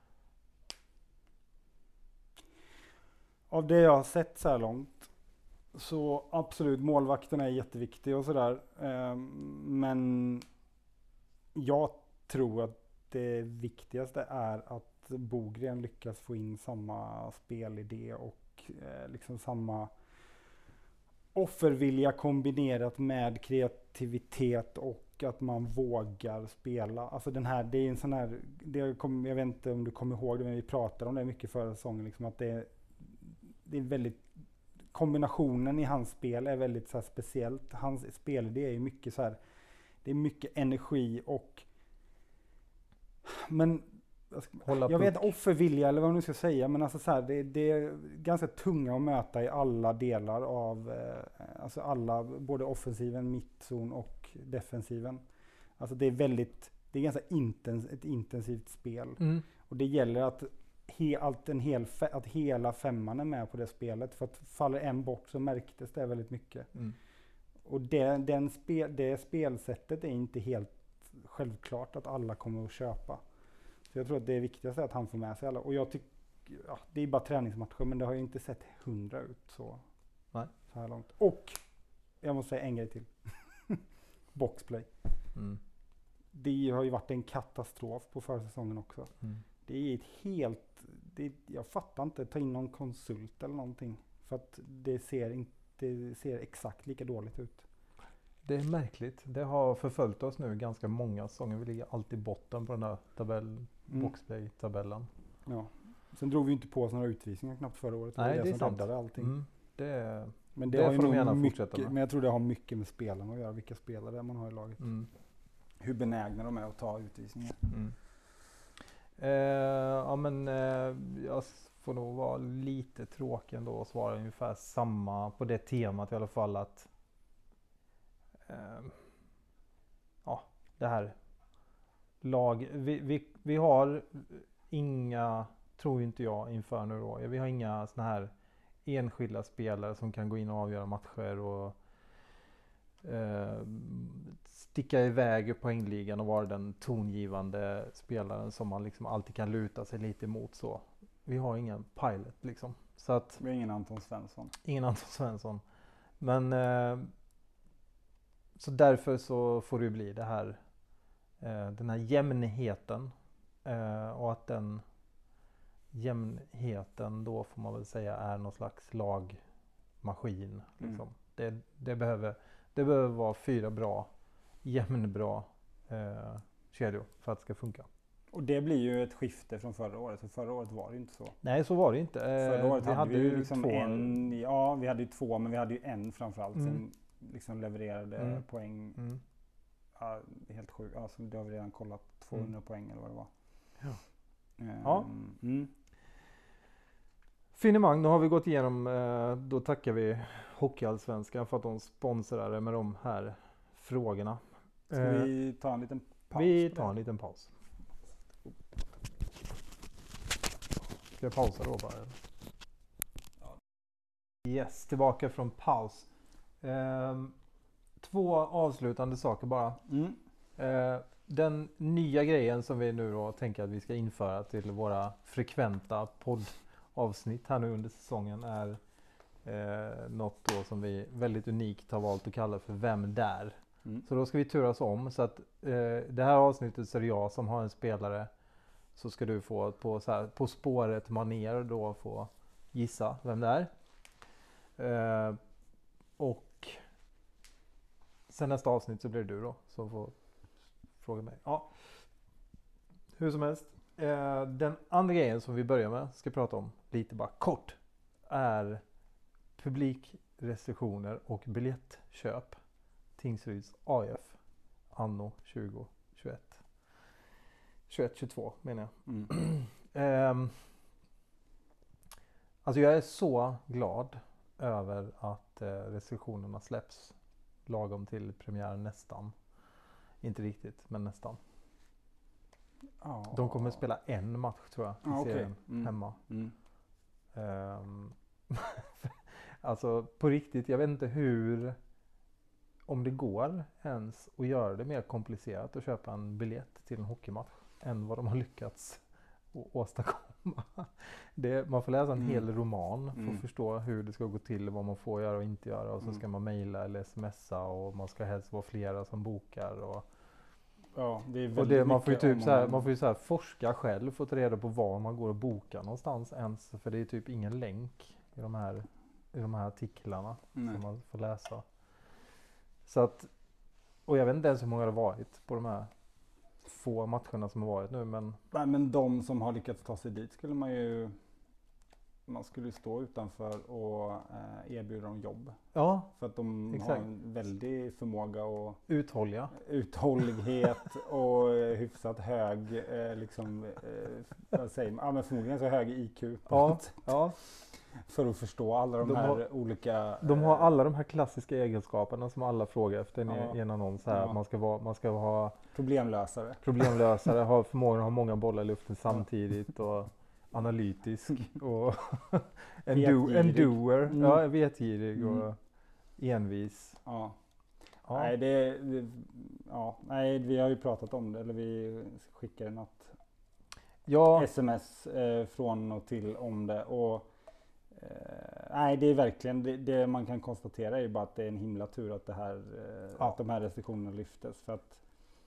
Av det jag har sett så här långt så absolut, målvakten är jätteviktig och sådär. Ehm, Men jag tror att det viktigaste är att Bogren lyckas få in samma spelidé och eh, liksom samma offervilja kombinerat med kreativitet och att man vågar spela. Alltså den här, det är en sån här, det kom, jag vet inte om du kommer ihåg det, men vi pratade om det mycket förra säsongen, liksom att det, det är väldigt, kombinationen i hans spel är väldigt så här speciellt. Hans spel, det är ju mycket så här, det är mycket energi och men Hålla jag vet puck. inte, offervilja eller vad man nu ska säga, men alltså så här, det, det är ganska tunga att möta i alla delar av, eh, alltså alla, både offensiven, mittzon och defensiven. Alltså det är väldigt, det är ganska intens, ett intensivt spel. Mm. Och det gäller att, he, allt en hel, fe, att hela femman är med på det spelet, för att faller en bort så märktes det väldigt mycket. Mm. Och det, den spel, det spelsättet är inte helt självklart att alla kommer att köpa. Så jag tror att det viktigaste är att han får med sig alla. Och jag tycker, ja, det är bara träningsmatcher, men det har ju inte sett hundra ut så, Nej. så här långt. Och jag måste säga en grej till. Boxplay. Mm. Det har ju varit en katastrof på försäsongen också. Mm. Det är ett helt, det är, jag fattar inte, ta in någon konsult eller någonting. För att det ser, inte, det ser exakt lika dåligt ut. Det är märkligt. Det har förföljt oss nu ganska många säsonger. Vi ligger alltid i botten på den där tabell, Mm. boxplay-tabellen. Ja. Sen drog vi inte på oss några utvisningar knappt förra året. Nej, det var det det är som sant. räddade allting. Mm. Det är, Men det, Det har ju får de nog gärna mycket, fortsätta med. men jag tror det har mycket med spelarna att göra, vilka spelare man har i laget. mm. Hur benägna de är att ta utvisningar. Mm. Eh, ja men eh, jag får nog vara lite tråkig ändå och svara ungefär samma på det temat i alla fall, att eh, ja, det här lag, vi, vi, vi har inga, tror inte jag inför nu då, vi har inga såna här enskilda spelare som kan gå in och avgöra matcher och eh, sticka iväg i poängligan och vara den tongivande spelaren som man liksom alltid kan luta sig lite emot så. Vi har ingen pilot liksom. Så att, Vi har ingen Anton Svensson. ingen Anton Svensson. Men eh, så därför så får det ju bli det här, eh, den här jämnheten eh, och att den jämnheten då får man väl säga är någon slags lagmaskin liksom. Mm. Det, det, behöver, det behöver vara fyra bra, jämnbra eh, kedjor för att det ska funka. Och det blir ju ett skifte från förra året. För förra året var det ju inte så. Nej, så var det inte. Eh, Förra året vi hade vi ju liksom två, en, ja vi hade ju två, men vi hade ju en framförallt Mm. som liksom levererade Mm. poäng. Mm. Ja, det är helt sjukt. Alltså, det har vi redan kollat. tvåhundra poäng eller vad det var. Ja. Ehm, Ja. Mm. Finemang, då har vi gått igenom, eh, då tackar vi Hockeyallsvenskan för att de sponsrar med de här frågorna. Ska Eh, vi ta en liten paus? vi på tar det? en liten paus. Ska jag pausa då bara? Yes, tillbaka från paus. Ehm, två avslutande saker bara. Mm. Eh, den nya grejen som vi nu då tänker att vi ska införa till våra frekventa poddavsnitt här nu under säsongen är eh, något då som vi väldigt unikt har valt att kalla för Vem där? Mm. Så då ska vi turas om så att eh, det här avsnittet så är det jag som har en spelare, så ska du få på, så här, på spåret maner då få gissa vem det är. Eh, och sen nästa avsnitt så blir det du då som får fråga mig. Ja. Hur som helst. Eh, den andra grejen som vi börjar med, ska prata om lite bara kort, är publikrestriktioner och biljettköp. Tingsryds A I F anno tjugo tjugoett. tjugoett tjugotvå menar jag. Mm. Ehm, alltså jag är så glad över att eh, restriktionerna släpps lagom till premiären nästan. Inte riktigt, men nästan. Ja. De kommer spela en match tror jag i Ah, okej. serien Mm. hemma. Mm. Um, alltså på riktigt, jag vet inte hur, om det går ens att göra det mer komplicerat att köpa en biljett till en hockeymatch än vad de har lyckats å- åstadkomma. Det, man får läsa en Mm. hel roman för Mm. att förstå hur det ska gå till, vad man får göra och inte göra, och så Mm. ska man mejla eller smsa och man ska helst vara flera som bokar. Och, Ja, det är och väldigt det, man får ju mycket typ om så här, man- man får ju så här forska själv för att ta reda på var man går och bokar någonstans ens, för det är typ ingen länk i de här, i de här artiklarna Nej. som man får läsa. Så att, och jag vet inte ens hur många det har varit på de här få matcherna som har varit nu, men Nej, men de som har lyckats ta sig dit skulle man ju man skulle ju stå utanför och eh, erbjuda dem jobb. ja, För att de Exakt. har en väldig förmåga och uthålliga. uthållighet och eh, hyfsat hög, eh, liksom, eh, vad säger man? Ja, men förmodligen så hög I Q på Ja, något sätt. ja. För att förstå alla de, De här har- olika... De har eh, alla de här klassiska egenskaperna som alla frågar efter i Ja. en- i en annons här. Ja. Man ska vara, man ska ha problemlösare. problemlösare, ha förmågan att ha många bollar i luften samtidigt och analytisk och en, do, en Vetgirig. doer, Mm. ja, vetgirig Mm. och envis. Ja. Ja. Nej, det, det, ja, nej, vi har ju pratat om det, eller vi skickade något Ja, sms eh, från och till om det. Och, eh, nej, det är verkligen, det, det man kan konstatera är ju bara att det är en himla tur att, det här, eh, Ja. att de här restriktionerna lyftes. För att,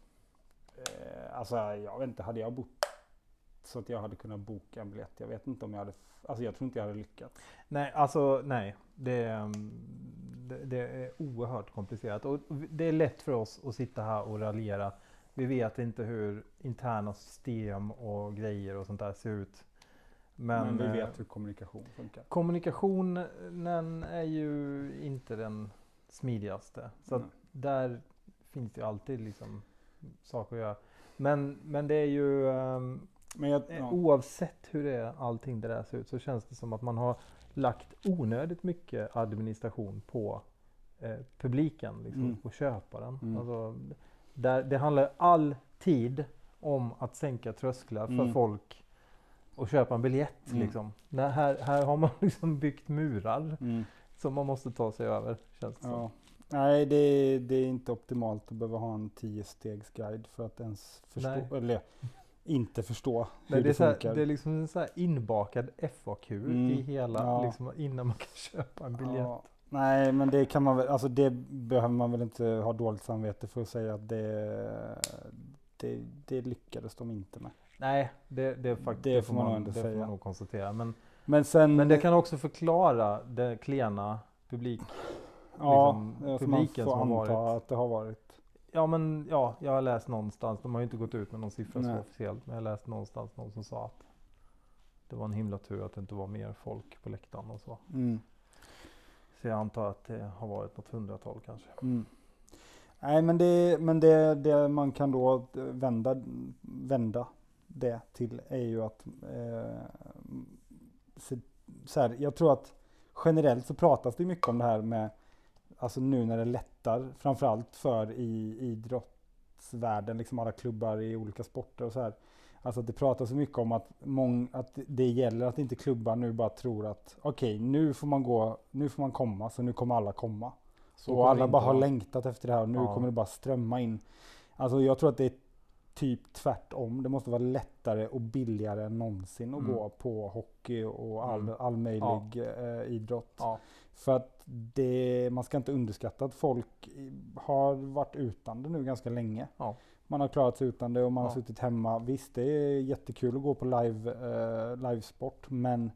eh, alltså jag vet inte, hade jag bott så att jag hade kunnat boka en biljett, jag vet inte om jag hade, alltså jag tror inte jag hade lyckats. nej, alltså nej. Det, mm, det, det är oerhört komplicerat och det är lätt för oss att sitta här och raljera. Vi vet inte hur interna system och grejer och sånt där ser ut. Men, Men, vi eh, vet hur kommunikation funkar. kommunikationen är ju inte den smidigaste. Så att Nej. där finns det ju alltid liksom saker att göra. Men, men det är ju ehm, Men jag, eh, ja. oavsett hur det är, allting det där ser ut, så känns det som att man har lagt onödigt mycket administration på eh, publiken, liksom, Mm. på köparen. Mm. Alltså, där, det handlar alltid om att sänka trösklar för Mm. folk och köpa en biljett. Mm. Liksom. När här, här har man liksom byggt murar Mm. som man måste ta sig över, känns det som. Ja. Nej, det är, det är inte optimalt att behöva ha en tio-stegsguide för att ens förstå, Nej. eller inte förstå hur Nej, det, det, är så här, funkar. det är liksom en så här inbakad F A Q Mm. i hela, Ja. liksom, innan man kan köpa en biljett. Ja. Nej, men det kan man väl, alltså det behöver man väl inte ha dåligt samvete för att säga att det, det, det lyckades de inte med. Nej, det, det, är faktiskt, Det det, får får man man, nog ändå det får säga. man nog konstatera. Men, Men sen, men det kan också förklara det klena publik. ja, liksom, det får man publiken får som har anta varit. att det har varit. Ja, men ja, jag har läst någonstans, de har ju inte gått ut med någon siffra så Nej. officiellt, men jag har läst någonstans någon som sa att det var en himla tur att det inte var mer folk på läktaren och så. Mm. Så jag antar att det har varit något hundratal kanske. Mm. Nej, men, det, men det, det man kan då vända, vända det till är ju att eh, så, så här, jag tror att generellt så pratas det mycket om det här med, alltså nu när det lättar, framförallt för i idrottsvärlden, liksom alla klubbar i olika sporter och så här. Alltså att det pratas så mycket om att, mång, att det gäller att inte klubbar nu bara tror att okej, okay, nu får man gå, nu får man komma, så nu kommer alla komma. Så och kommer alla det bara inte har vara. längtat efter det här och nu Ja. kommer det bara strömma in. Alltså jag tror att det är typ tvärtom. Det måste vara lättare och billigare än någonsin att Mm. gå på hockey och all, Mm. all möjlig eh, idrott. Ja. För att det, man ska inte underskatta att folk i- har varit utan det nu ganska länge. Ja. Man har klarat sig utan det och man Ja. har suttit hemma. Visst, det är jättekul att gå på live, eh, livesport, men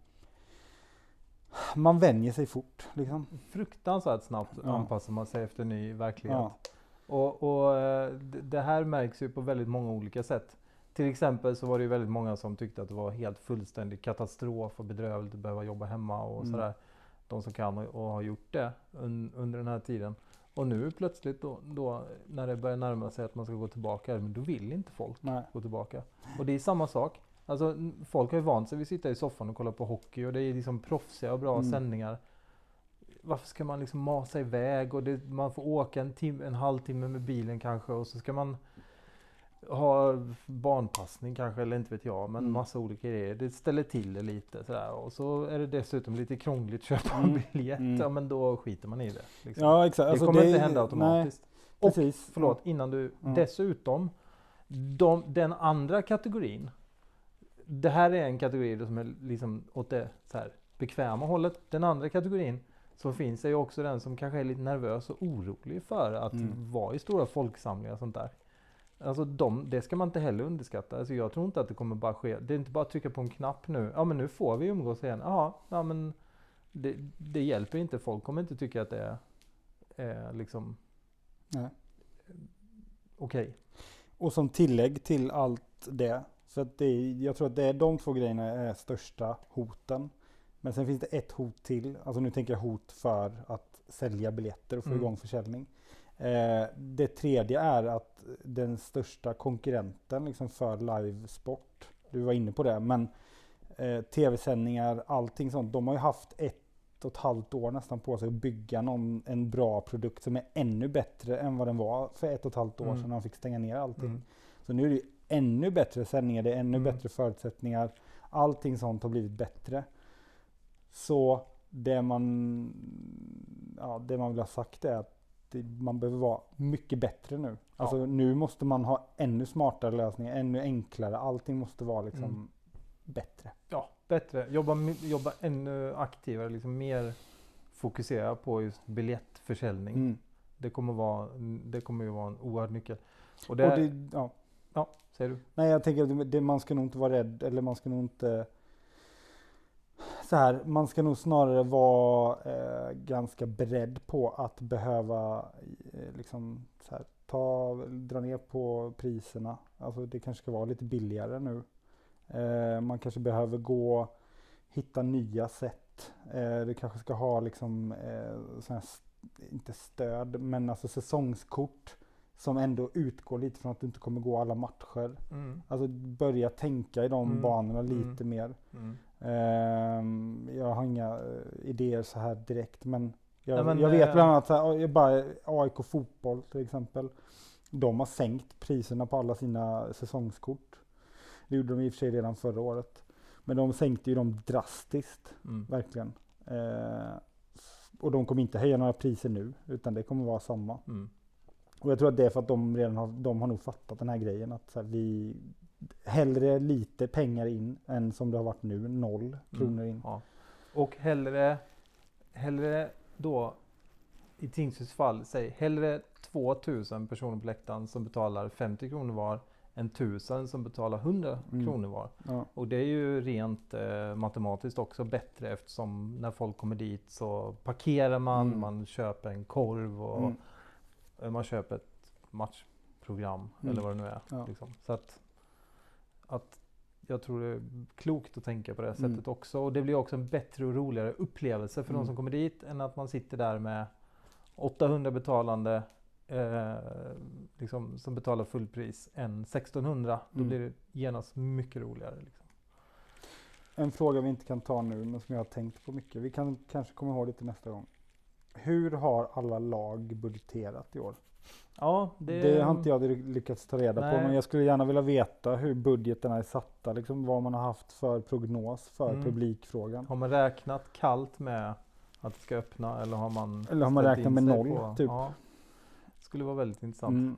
man vänjer sig fort. Liksom. Fruktansvärt snabbt Ja. anpassar man sig efter ny verklighet. Ja. Och, och eh, d- det här märks ju på väldigt många olika sätt. Till exempel så var det ju väldigt många som tyckte att det var helt fullständig katastrof och bedrövligt att behöva jobba hemma och Mm. sådär. De som kan och, och har gjort det un, under den här tiden. Och nu plötsligt då, då när det börjar närma sig att man ska gå tillbaka, men då vill inte folk Nej. gå tillbaka. Och det är samma sak. Alltså n- folk har ju vant sig vid att sitta i soffan och kolla på hockey och det är liksom proffsiga och bra Mm. sändningar. varför ska man liksom masa iväg och det, man får åka en, tim, en halvtimme med bilen kanske och så ska man ha barnpassning kanske, eller inte vet jag, men Mm. massa olika grejer. Det ställer till det lite sådär. Och så är det dessutom lite krångligt att köpa Mm. en biljett. Mm. Ja, men då skiter man i det. Liksom. Ja, exakt. Det Alltså, kommer inte hända automatiskt. Nej, Och, precis. förlåt, innan du, Mm. dessutom, de, den andra kategorin, det här är en kategori då som är liksom åt det så här bekväma hållet. Den andra kategorin så finns det ju också den som kanske är lite nervös och orolig för att Mm. vara i stora folksamlingar och sånt där. Alltså de, det ska man inte heller underskatta. Alltså jag tror inte att det kommer bara ske. Det är inte bara att trycka på en knapp nu. Ja, men nu får vi umgås igen. Aha, ja, men det, det hjälper inte. Folk kommer inte tycka att det är, är liksom Nej. okej. Och som tillägg till allt det, så att det är, jag tror att det är de två grejerna är största hoten. Men sen finns det ett hot till. Alltså nu tänker jag hot för att sälja biljetter och få Mm. igång försäljning. Eh, det tredje är att den största konkurrenten liksom för livesport, du var inne på det, men eh, tv-sändningar, allting sånt, de har ju haft ett och ett halvt år nästan på sig att bygga någon, en bra produkt som är ännu bättre än vad den var för ett och ett halvt år Mm. sedan när de fick stänga ner allting. Mm. Så nu är det ju ännu bättre sändningar, det är ännu Mm. bättre förutsättningar. Allting sånt har blivit bättre. Så det man, ja, det man vill ha sagt är att det, man behöver vara mycket bättre nu. Alltså Ja. nu måste man ha ännu smartare lösningar, ännu enklare. Allting måste vara liksom Mm. bättre. Ja, bättre. Jobba, jobba ännu aktivare, liksom mer fokusera på just biljettförsäljning. Mm. Det kommer vara, det kommer ju vara en oerhörd nyckel. Och Och det, det, ja. ja, säger du? Nej, jag tänker att det, det, man ska nog inte vara rädd, eller man ska nog inte så här, man ska nog snarare vara eh, ganska beredd på att behöva eh, liksom så här, ta, dra ner på priserna. Alltså det kanske ska vara lite billigare nu. Eh, man kanske behöver gå, hitta nya sätt. Eh, det kanske ska ha liksom eh, så här, inte stöd, men alltså säsongskort som ändå utgår lite från att du inte kommer gå alla matcher. Mm. Alltså börja tänka i de Mm. banorna lite Mm. mer. Mm. Um, jag har inga uh, idéer så här direkt, men jag, Nej, men, jag vet eh, bland annat så här, jag bara, A I K fotboll till exempel. De har sänkt priserna på alla sina säsongskort. Det gjorde de i och för sig redan förra året. Men de sänkte ju dem drastiskt, Mm. verkligen. Uh, och de kommer inte höja några priser nu, utan det kommer vara samma. Mm. Och jag tror att det är för att de redan har, de har nog fattat den här grejen att så här, vi hellre lite pengar in än som det har varit nu, noll kronor in. Ja. Och hellre, hellre då i Tingsryds fall, säg hellre tvåtusen personer på läktaren som betalar femtio kronor var än tusen som betalar hundra Mm. kronor var. Ja. Och det är ju rent eh, matematiskt också bättre eftersom när folk kommer dit så parkerar man, Mm. man köper en korv och Mm. eh, man köper ett matchprogram Mm. eller vad det nu är. Ja. Liksom. Så att, att jag tror det är klokt att tänka på det Mm. sättet också. Och det blir också en bättre och roligare upplevelse för Mm. de som kommer dit än att man sitter där med åttahundra betalande eh, liksom, som betalar fullpris än sextonhundra. Då Mm. blir det genast mycket roligare. Liksom. En fråga vi inte kan ta nu, men som jag har tänkt på mycket. Vi kan kanske komma ihåg det till nästa gång. Hur har alla lag budgeterat i år? Ja, det, Det har inte jag lyckats ta reda Nej. på, men jag skulle gärna vilja veta hur budgeterna är satta, liksom vad man har haft för prognos för Mm. publikfrågan. Har man räknat kallt med att det ska öppna eller har man Eller har man ställt räknat in med sig noll, på, typ? Ja, det skulle vara väldigt intressant. Mm.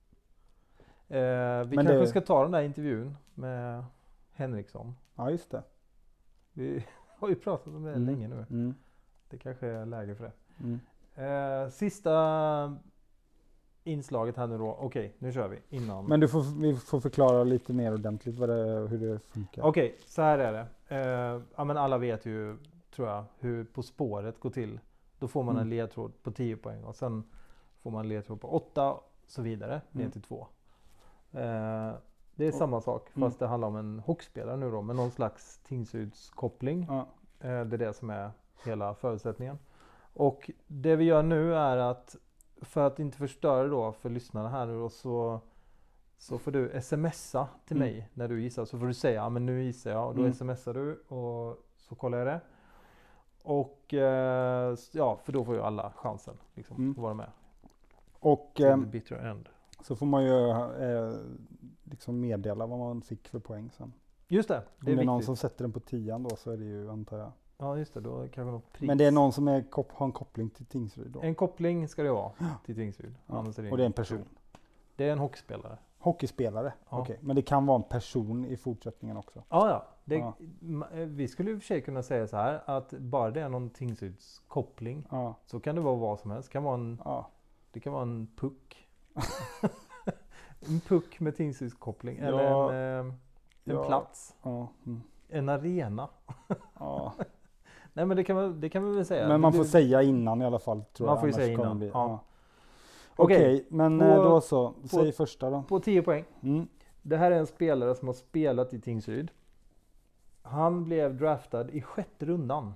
Eh, vi Men kanske det- ska ta den där intervjun med Henriksson. Ja, just det. Vi har ju pratat om det Mm. länge nu. Mm. Det kanske är läge för det. Mm. Eh, sista inslaget här nu då. Okej, nu kör vi innan. Men du får, vi får förklara lite mer ordentligt vad det, hur det funkar. Okej, så här är det. Eh, ja, men alla vet ju, tror jag, hur På spåret går till. Då får man Mm. en ledtråd på tio poäng och sen får man en ledtråd på åtta och så vidare ner Mm. till två. Eh, det är Och- samma sak Mm. fast det handlar om en hockeyspelare nu då med någon slags Tingsrydskoppling. Ja. Eh, det är det som är hela förutsättningen. Och det vi gör nu är att för att inte förstöra då för lyssnarna här nu då så, så får du smsa till Mm. mig när du gissar. Så får du säga, ja men nu gissar jag och då Mm. smsar du och så kollar jag det. Och eh, ja, för då får ju alla chansen liksom, Mm. att vara med. Och Till eh, bitter end. så får man ju eh, liksom meddela vad man fick för poäng sen. Just det, Om det det är är viktigt. någon som sätter den på tian då så är det ju, antar jag. Ja, just det, då kanske något pris. Men det är någon som är, kop- har en koppling till Tingsryd då. En koppling ska det vara till Tingsryd. Ja. Annars är Och det är en person. Det är en hockeyspelare. Hockeyspelare? Ja. Okej. Men det kan vara en person i fortsättningen också. Ja, ja. Det, Ja. ma- Vi skulle i och för sig kunna säga så här att bara det är någon Tingsryds koppling Ja. så kan det vara vad som helst. Det kan vara en, Ja. det kan vara en puck. En puck med Tingsryds koppling. Eller Ja. en, eh, en Ja. plats. Ja. Mm. En arena. Ja. Nej, men det kan, man, det kan vi väl säga. Men man får Det- säga innan i alla fall. Tror Man jag, får ju annars säga kommer innan, det Bli, ja. ja. Okej. Okej, men På- eh, då så. på- Säg första då. På tio poäng. Mm. Det här är en spelare som har spelat i Tingsryd. Han blev draftad i sjätte rundan.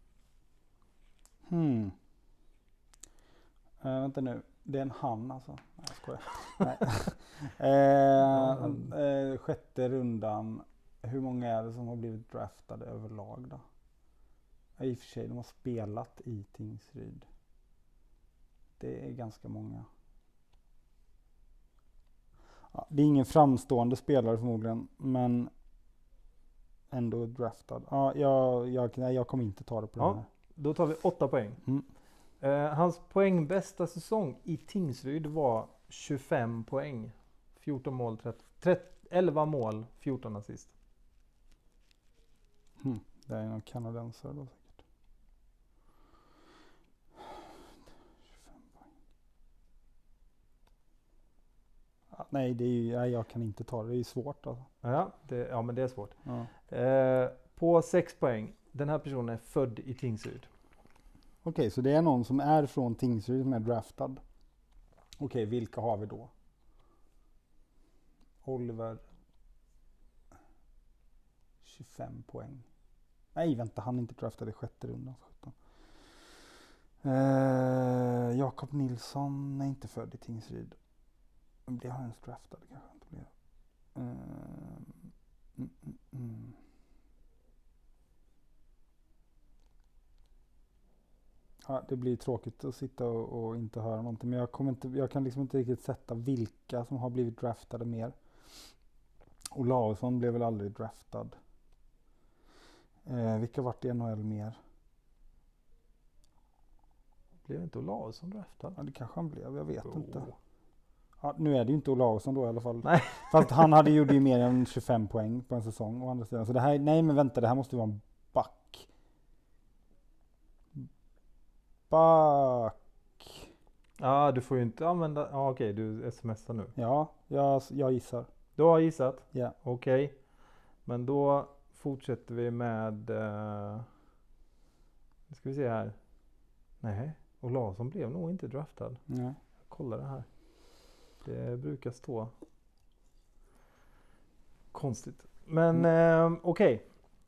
Hmm. Eh, vänta nu. Det är en han alltså. Nej, jag skojar. Nej. eh, eh, sjätte rundan. Hur många är det som har blivit draftade överlag då? Ja, i och för sig, de har spelat i Tingsryd. Det är ganska många. Ja, det är ingen framstående spelare förmodligen, men ändå draftad. Ja, jag, jag, nej, jag kommer inte ta det på Ja. den här. Då tar vi åtta poäng. Mm. Eh, hans poängbästa säsong i Tingsryd var tjugofem poäng. fjorton mål, trettio, trettio, elva mål, fjorton assist. Hmm. Det är någon kanadensare då säkert. tjugofem poäng. Ja, nej, det är ju, nej, jag kan inte ta det. Det är ju svårt alltså. Ja, det, ja, men det är svårt. Ja. Eh, på sex poäng. Den här personen är född i Tingsryd. Okej, så det är någon som är från Tingsryd som är draftad. Okej, vilka har vi då? Oliver. tjugofem poäng. Nej, vänta, han är inte draftad i sjätte rundan. Eh, Jakob Nilsson är inte född i Tingsryd. Det har han ens draftad kanske inte blev. Eh, mm, mm, mm. Ja, det blir tråkigt att sitta och, och inte höra någonting. Men jag, kommer inte, jag kan liksom inte riktigt sätta vilka som har blivit draftade mer. Olausson blev väl aldrig draftad. Eh, vilka vart i N H L mer? Blev inte Olausson draftad? Ja, det kanske han blev. Jag vet Oh. inte. Ja, nu är det ju inte Olausson då i alla fall. Nej. Fast han hade gjort ju mer än tjugofem poäng på en säsong å andra sidan. Så det här, nej men vänta, det här måste ju vara en back. Back. Ja, du får ju inte använda... Ja, okej, du smsar nu. Ja, jag, jag gissar. Du har gissat? Ja. Okej. Men då fortsätter vi med... Uh, nu ska vi se här. Nej, Olausson blev nog inte draftad. Nej. Jag kollar det här. Det brukar stå. Konstigt. Men Mm. eh, okej.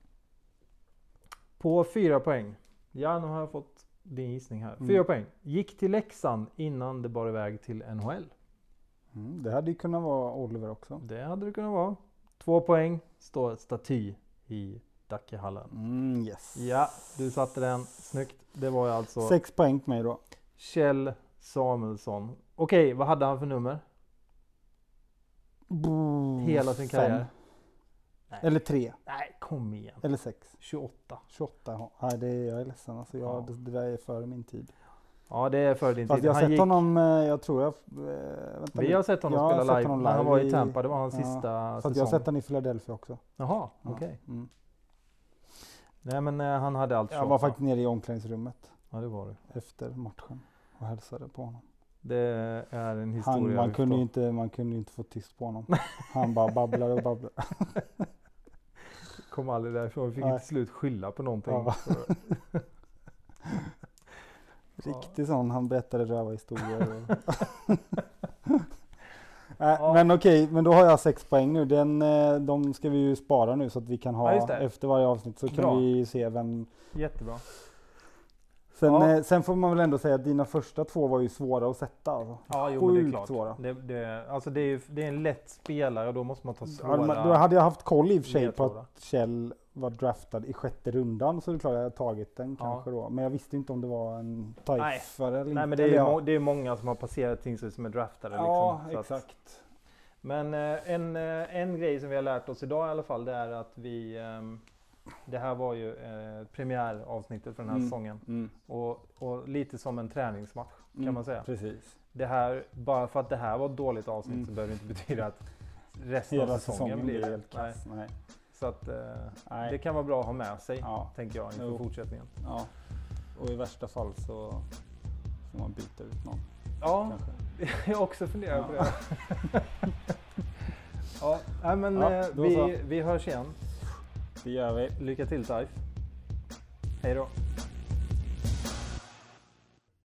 På fyra poäng. Ja, nu har jag fått din gissning här. Fyra Mm. poäng. Gick till Leksand innan det bar iväg till N H L. Mm, det hade ju kunnat vara Oliver också. Det hade det kunnat vara. Två poäng. Står staty i Dackehallen. Mm, yes. Ja, du satte den. Snyggt. Det var ju alltså Sex poäng på mig då. Kjell Samuelsson. Okej, vad hade han för nummer? Bo, Hela sin fem. karriär. Nej. Eller tre. Nej, kom igen. Eller sex. tjugoåtta. tjugoåtta. Ja. Nej, det är, jag är ledsen. Alltså, jag, Ja. det, det där är före min tid. Ja, det är för din Fast tid. jag har Han sett gick, honom, eh, jag tror jag... eh, Vänta vi nu. har sett honom Jag har spela sett live honom när han live var i i- Tampa. Det var hans ja, sista Fast säsong. jag har sett honom i Philadelphia också. Jaha, Ja. okej. Mm. Nej, men eh, han hade allt Jag från- var faktiskt nere i omklädningsrummet Ja, det var det. efter matchen och hälsade på honom. Det är en historia. Han, man, vi kunde ju förstår. inte, man kunde ju inte få tyst på honom. Han bara babblade och babblade. Kom aldrig därifrån. Vi fick Nej. till slut skylla på någonting. Ja. Så- Riktigt sån, han berättade röva historier. Och äh, Ja. Men okej, men då har jag sex poäng nu. Den, eh, de ska vi ju spara nu så att vi kan Ja, ha just det. efter varje avsnitt så kan Bra. vi se vem. Jättebra. Sen, Ja. eh, sen får man väl ändå säga att dina första två var ju svåra att sätta. Alltså. Ja, jo, men det är Sjukt klart. svåra. Det, det, alltså det, är, det är det är en lätt spelare och då måste man ta Ja, svåra... men då hade jag haft koll i och för sig på ledtrådar. att Kjell var draftad i sjätte rundan så är det klart att jag hade tagit den Ja. kanske då. Men jag visste inte om det var en taifare eller inte. Nej, men det är, ju Eller må- det är många som har passerat Tingsryd som är draftade. Ja, liksom, så att- exakt. Men eh, en, eh, en grej som vi har lärt oss idag i alla fall, det är att vi... ehm, det här var ju eh, premiäravsnittet för den här Mm. säsongen. Mm. Och, och lite som en träningsmatch kan Mm, man säga. Precis. Det här, bara för att det här var ett dåligt avsnitt Mm. så behöver det inte betyda att resten Hela av säsongen, säsongen blir blir det. helt Nej. kass. Nej. Så att eh, Nej. det kan vara bra att ha med sig, Ja. tänker jag, inför Jo. fortsättningen. Ja. Och i värsta fall så får man byta ut någon. Ja, Kanske. jag har också funderat Ja. på det. Ja, nej, men Ja, eh, då så. vi, vi hörs igen. Det gör vi. Lycka till, Taif. Hej då.